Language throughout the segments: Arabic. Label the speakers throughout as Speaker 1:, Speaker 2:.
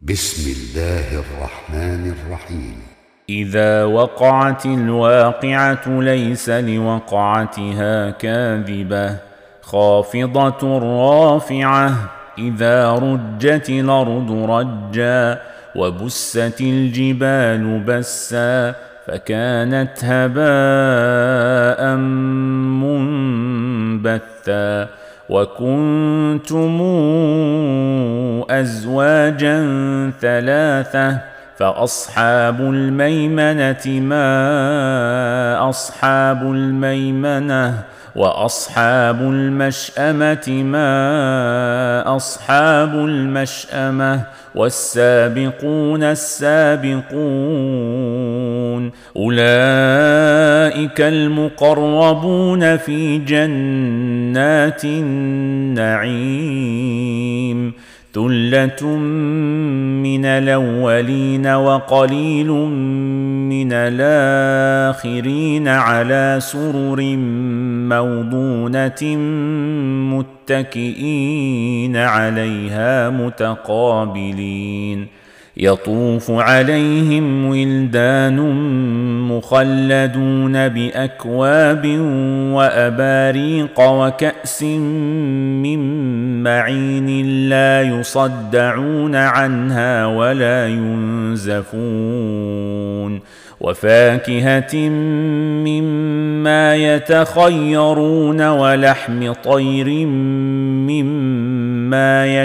Speaker 1: بسم الله الرحمن الرحيم.
Speaker 2: إذا وقعت الواقعة ليس لوقعتها كاذبة خافضة رافعة إذا رجت الأرض رجا وبست الجبال بسا فكانت هباء منبثا وكنتم أزواجا ثلاثة فأصحاب الميمنة ما أصحاب الميمنة وأصحاب المشأمة ما أصحاب المشأمة والسابقون السابقون أولئك المقربون في جنات النعيم ثلة من الأولين وقليل من الآخرين على سرر موضونة متكئين عليها متقابلين يطوف عليهم ولدان مخلدون بأكواب وأباريق وكأس من معين لا يصدعون عنها ولا ينزفون وفاكهة مما يتخيرون ولحم طير مما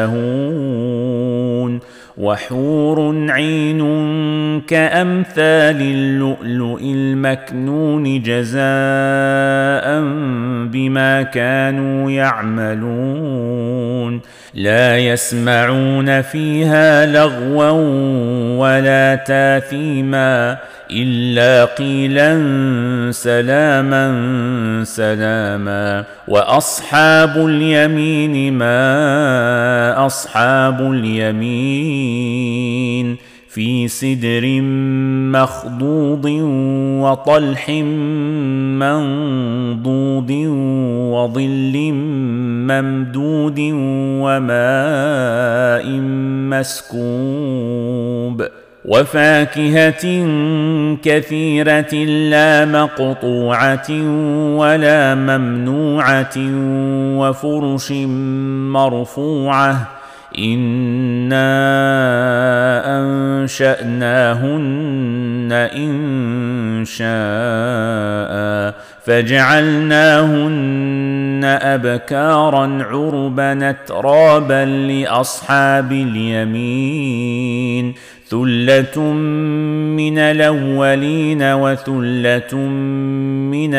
Speaker 2: يشتهون وحور عين كأمثال اللؤلؤ المكنون جزاء بما كانوا يعملون لا يسمعون فيها لغوا ولا تاثيما إلا قيلا سلاما سلاما وأصحاب اليمين ما أصحاب اليمين في سدر مخضود وطلح منضود وظل ممدود وماء مسكوب وفاكهة كثيرة لا مقطوعة ولا ممنوعة وفرش مرفوعة إنا أنشأناهن إن شاء فجعلناهن أبكارا عربا أترابا لأصحاب اليمين ثلة من الأولين وثلة من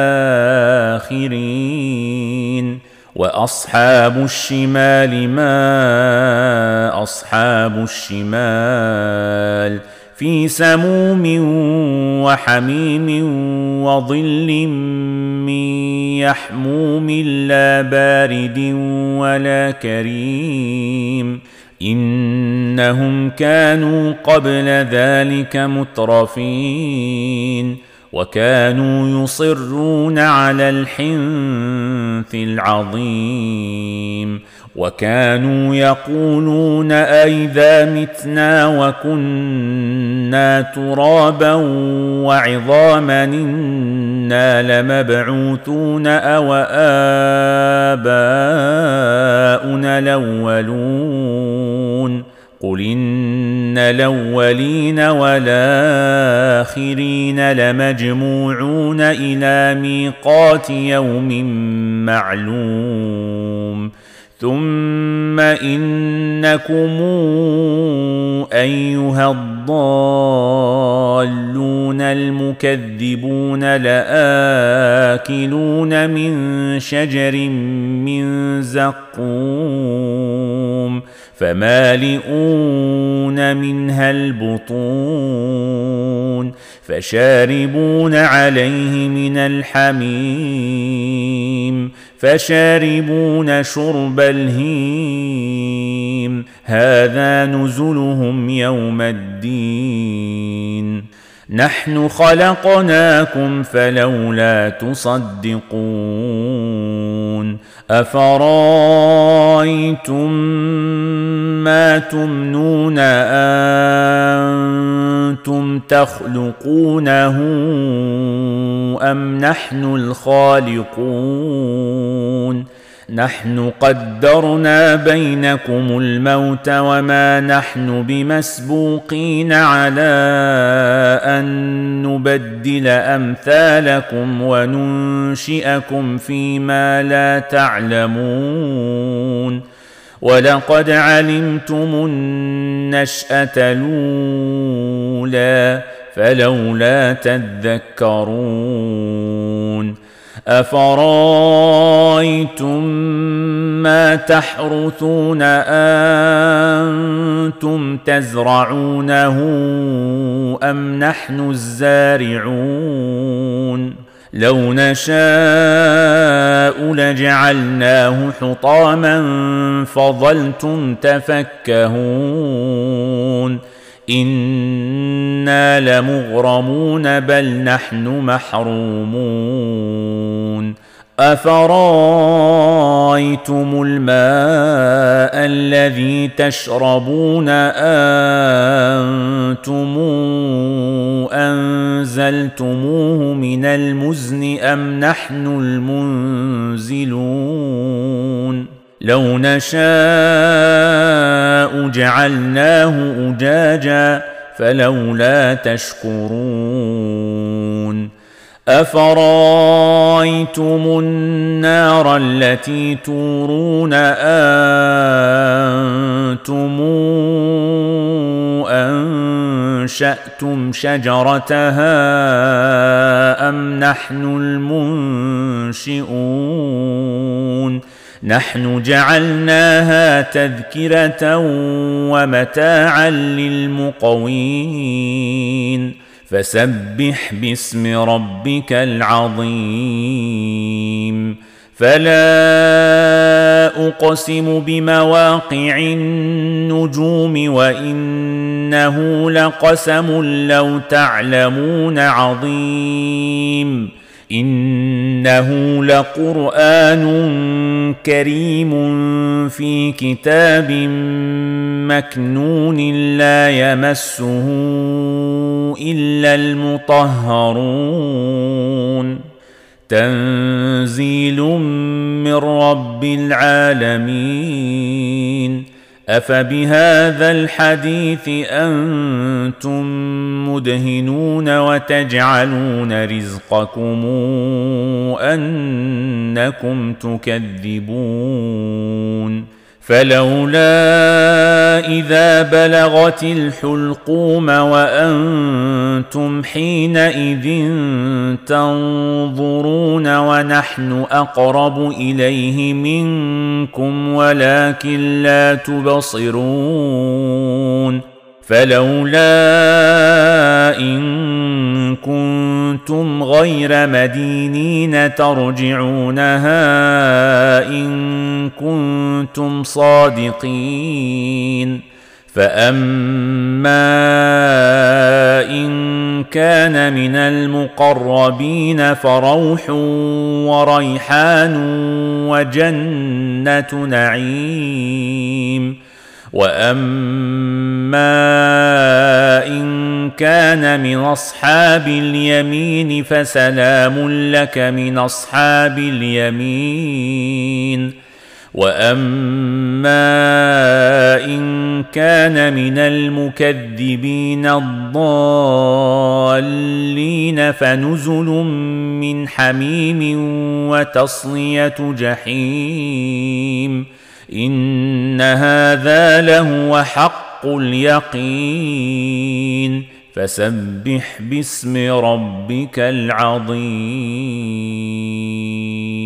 Speaker 2: الآخرين وأصحاب الشمال ما أصحاب الشمال في سموم وحميم وظل من يحموم لا بارد ولا كريم إنهم كانوا قبل ذلك مترفين وكانوا يصرون على الحنث العظيم وكانوا يقولون أئذا متنا وكنا ترابا وعظاما إنا لمبعوثون أو آباؤنا الأولون قل إن الأولين والآخرين لمجموعون إلى ميقات يوم معلوم ثم إنكم أيها الضالون المكذبون لآكلون من شجر من زقوم فمالئون منها البطون فشاربون عليه من الحميم فشاربون شرب الهيم هذا نزلهم يوم الدين نحن خلقناكم فلولا تصدقون أفرأيتم ما تمنون أنتم تخلقونه أم نحن الخالقون نحن قدرنا بينكم الموت وما نحن بمسبوقين على أن نبدل أمثالكم وننشئكم فيما لا تعلمون ولقد علمتم النشأة الأولى فلولا تذكرون أفرأيتم ما تحرثون أنتم تزرعونه أم نحن الزارعون لو نشاء لجعلناه حطاما فظلتم تفكهون إنا لمغرمون بل نحن محرومون أفرأيتم الماء الذي تشربون أنتم أنزلتموه من المزن أم نحن المنزلون لو نشاء جعلناه أجاجا فلولا تشكرون أفرأيتم النار التي تورون أنتم أنشأتم شجرتها أم نحن المنشئون نحن جعلناها تذكرة ومتاعا للمقوين فسبح باسم ربك العظيم فلا أقسم بمواقع النجوم وإنه لقسم لو تعلمون عظيم إنه لقرآن كريم في كتاب مكنون لا يمسه إلا المطهرون تنزيل من رب العالمين أفبهذا الحديث أنتم مدهنون وتجعلون رزقكم أنكم تكذبون فلولا إذا بلغت الحلقوم وأنتم حينئذ تنظرون ونحن أقرب إليه منكم ولكن لا تبصرون فلولا إن كنتم غير مدينين ترجعونها إن كنتم صادقين فأما إن كان من المقربين فروح وريحان وجنة نعيم وأما إن كان من أصحاب اليمين فسلام لك من أصحاب اليمين وأما إن كان من المكذبين الضالين فنزل من حميم وتصلية جحيم إن هذا لهو حق اليقين فسبح باسم ربك العظيم